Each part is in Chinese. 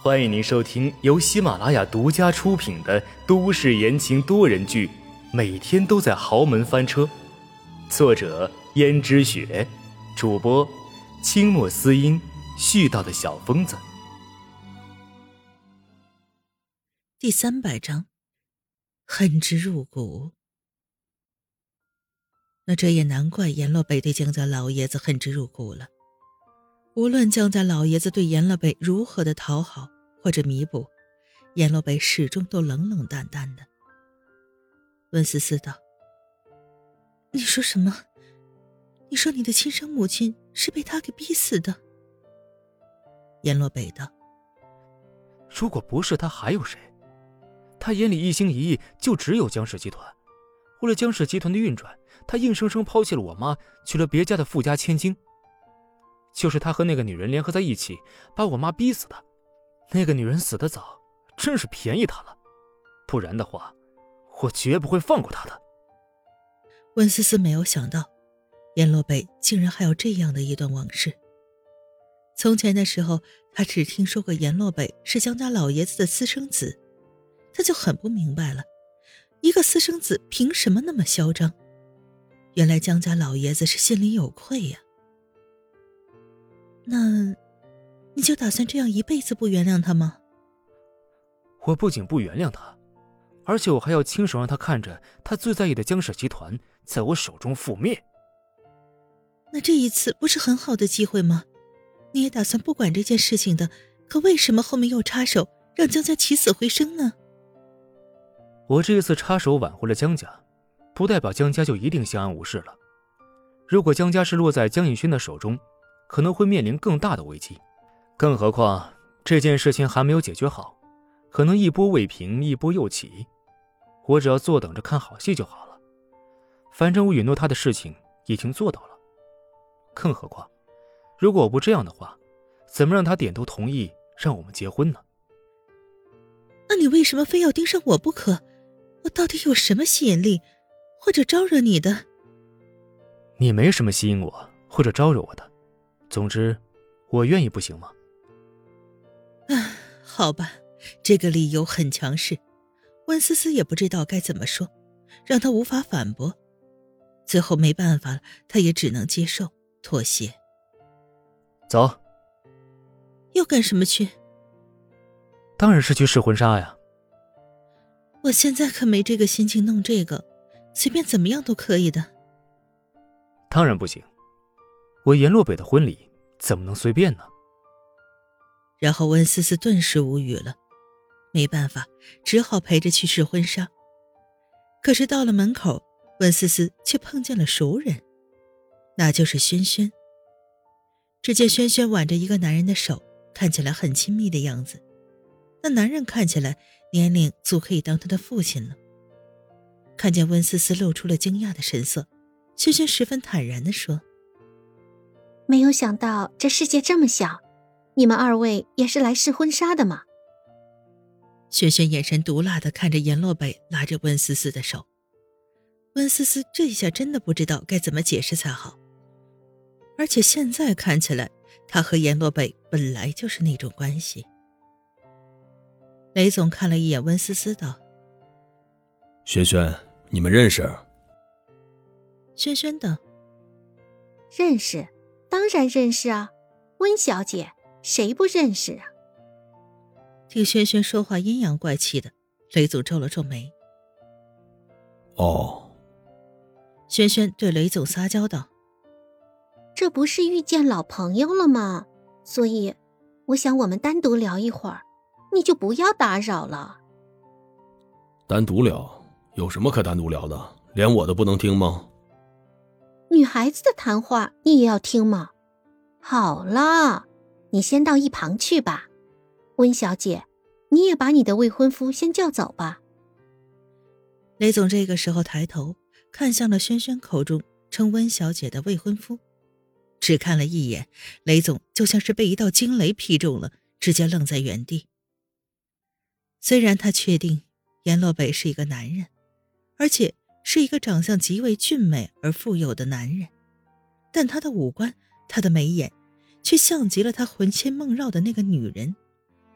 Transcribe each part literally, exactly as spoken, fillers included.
欢迎您收听由喜马拉雅独家出品的都市言情多人剧《每天都在豪门翻车》，作者胭脂雪，主播清墨思音，絮叨的小疯子。 第三百章，恨之入骨。那这也难怪阎罗北对江家老爷子恨之入骨了。无论江家老爷子对阎罗北如何的讨好或者弥补，阎罗北始终都冷冷淡淡的。温思思道：你说什么？你说你的亲生母亲是被他给逼死的？阎罗北道： 如果不是他还有谁？他眼里一心一意就只有江氏集团，为了江氏集团的运转，他硬生生抛弃了我妈，娶了别家的富家千金。就是他和那个女人联合在一起，把我妈逼死的。那个女人死得早，真是便宜他了，不然的话，我绝不会放过他的。 温思思没有想到，阎罗北竟然还有这样的一段往事。从前的时候，他只听说过阎罗北是江家老爷子的私生子，他就很不明白了，一个私生子凭什么那么嚣张？原来江家老爷子是心里有愧呀。那你就打算这样一辈子不原谅他吗？ 我不仅不原谅他，而且我还要亲手让他看着他最在意的江氏集团在我手中覆灭。 那这一次不是很好的机会吗？你也打算不管这件事情的，可为什么后面又插手让江家起死回生呢？ 我这一次插手挽回了江家，不代表江家就一定相安无事了。如果江家是落在江逸轩的手中，可能会面临更大的危机。更何况这件事情还没有解决好，可能一波未平一波又起。我只要坐等着看好戏就好了。反正我允诺他的事情已经做到了。更何况如果我不这样的话，怎么让他点头同意让我们结婚呢？ 那你为什么非要盯上我不可？我到底有什么吸引力或者招惹你的？ 你没什么吸引我或者招惹我的，总之我愿意，不行吗？ 唉，好吧，这个理由很强势，温思思也不知道该怎么说，让他无法反驳。最后没办法了，他也只能接受妥协。 走。 又干什么去？ 当然是去试婚纱呀。 我现在可没这个心情弄这个，随便怎么样都可以的。 当然不行，我阎洛北的婚礼怎么能随便呢？ 然后温思思顿时无语了，没办法，只好陪着去试婚纱。可是到了门口，温思思却碰见了熟人，那就是轩轩。只见轩轩挽着一个男人的手，看起来很亲密的样子。那男人看起来年龄足可以当他的父亲了。看见温思思露出了惊讶的神色，轩轩十分坦然地说： 没有想到这世界这么小，你们二位也是来试婚纱的吗？ 轩轩眼神毒辣地看着阎洛北拉着温思思的手。温思思这一下真的不知道该怎么解释才好。而且现在看起来，他和阎洛北本来就是那种关系。雷总看了一眼温思思道： 轩轩，你们认识？ 轩轩道： 认识，当然认识啊，温小姐，谁不认识啊？ 听轩轩说话阴阳怪气的，雷总皱了皱眉。 哦。 轩轩对雷总撒娇道： 这不是遇见老朋友了吗？所以我想我们单独聊一会儿，你就不要打扰了。 单独聊？有什么可单独聊的？连我的不能听吗？ 女孩子的谈话你也要听吗？好了，你先到一旁去吧。温小姐，你也把你的未婚夫先叫走吧。 雷总这个时候抬头看向了轩轩口中称温小姐的未婚夫，只看了一眼，雷总就像是被一道惊雷劈中了，直接愣在原地。虽然他确定阎洛北是一个男人，而且是一个长相极为俊美而富有的男人，但他的五官，他的眉眼，却像极了他魂牵梦绕的那个女人。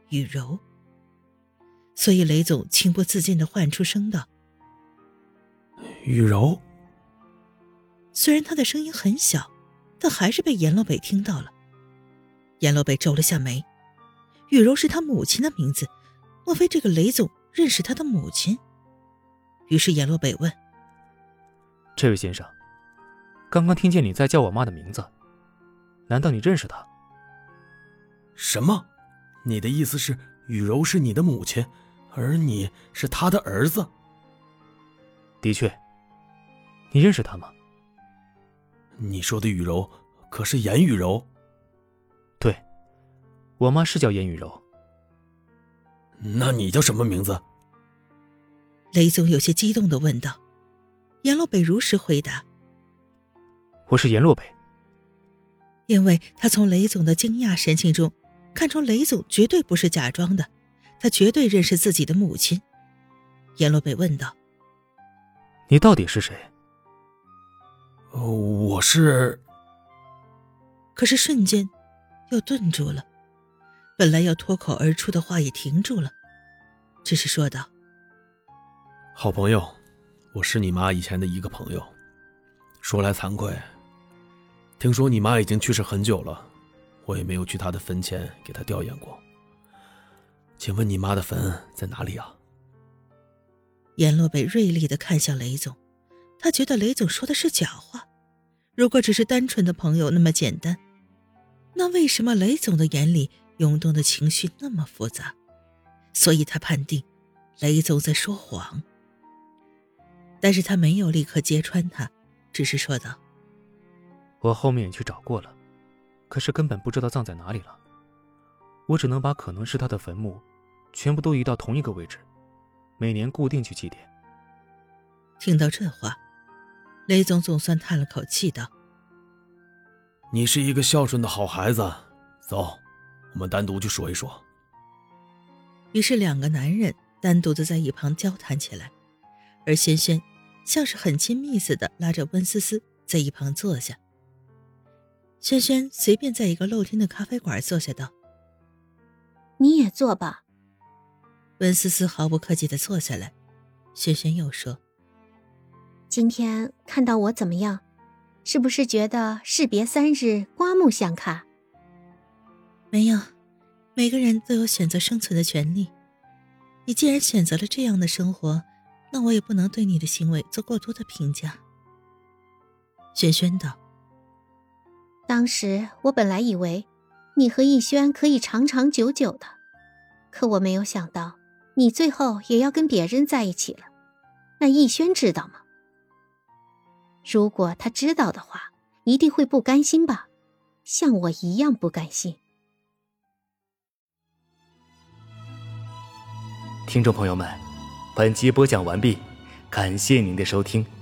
雨柔。所以雷总情不自禁地唤出声道： 雨柔。 虽然他的声音很小，但还是被阎洛北听到了。阎洛北皱了下眉，雨柔是他母亲的名字，莫非这个雷总认识他的母亲？于是阎洛北问： 这位先生，刚刚听见你在叫我妈的名字，难道你认识她？ 什么？你的意思是雨柔是你的母亲，而你是她的儿子？ 的确。你认识她吗？ 你说的雨柔可是严雨柔？ 对，我妈是叫严雨柔。 那你叫什么名字？ 雷总有些激动地问道。阎洛北如实回答： 我是阎洛北。 因为他从雷总的惊讶神情中看出雷总绝对不是假装的，他绝对认识自己的母亲。阎洛北问道： 你到底是谁？ 我是…… 可是瞬间又顿住了，本来要脱口而出的话也停住了，只是说道： 好朋友，我是你妈以前的一个朋友。说来惭愧，听说你妈已经去世很久了，我也没有去她的坟前给她吊唁过。请问你妈的坟在哪里啊？ 阎洛北锐利地看向雷总，他觉得雷总说的是假话。如果只是单纯的朋友那么简单，那为什么雷总的眼里涌动的情绪那么复杂？所以他判定雷总在说谎。但是他没有立刻揭穿他，只是说道： 我后面也去找过了，可是根本不知道葬在哪里了。我只能把可能是他的坟墓全部都移到同一个位置，每年固定去祭奠。 听到这话，雷总总算叹了口气道： 你是一个孝顺的好孩子，走，我们单独去说一说。 于是两个男人单独的在一旁交谈起来，而轩轩像是很亲密似的拉着温思思在一旁坐下。轩轩随便在一个露天的咖啡馆坐下道： 你也坐吧。 温思思毫不客气地坐下来。轩轩又说： 今天看到我怎么样？是不是觉得士别三日，刮目相看？ 没有，每个人都有选择生存的权利。你既然选择了这样的生活，那我也不能对你的行为做过多的评价。轩轩道： 当时我本来以为你和逸轩可以长长久久的，可我没有想到你最后也要跟别人在一起了。那逸轩知道吗？如果他知道的话，一定会不甘心吧，像我一样不甘心。 听众朋友们，本集播讲完毕，感谢您的收听。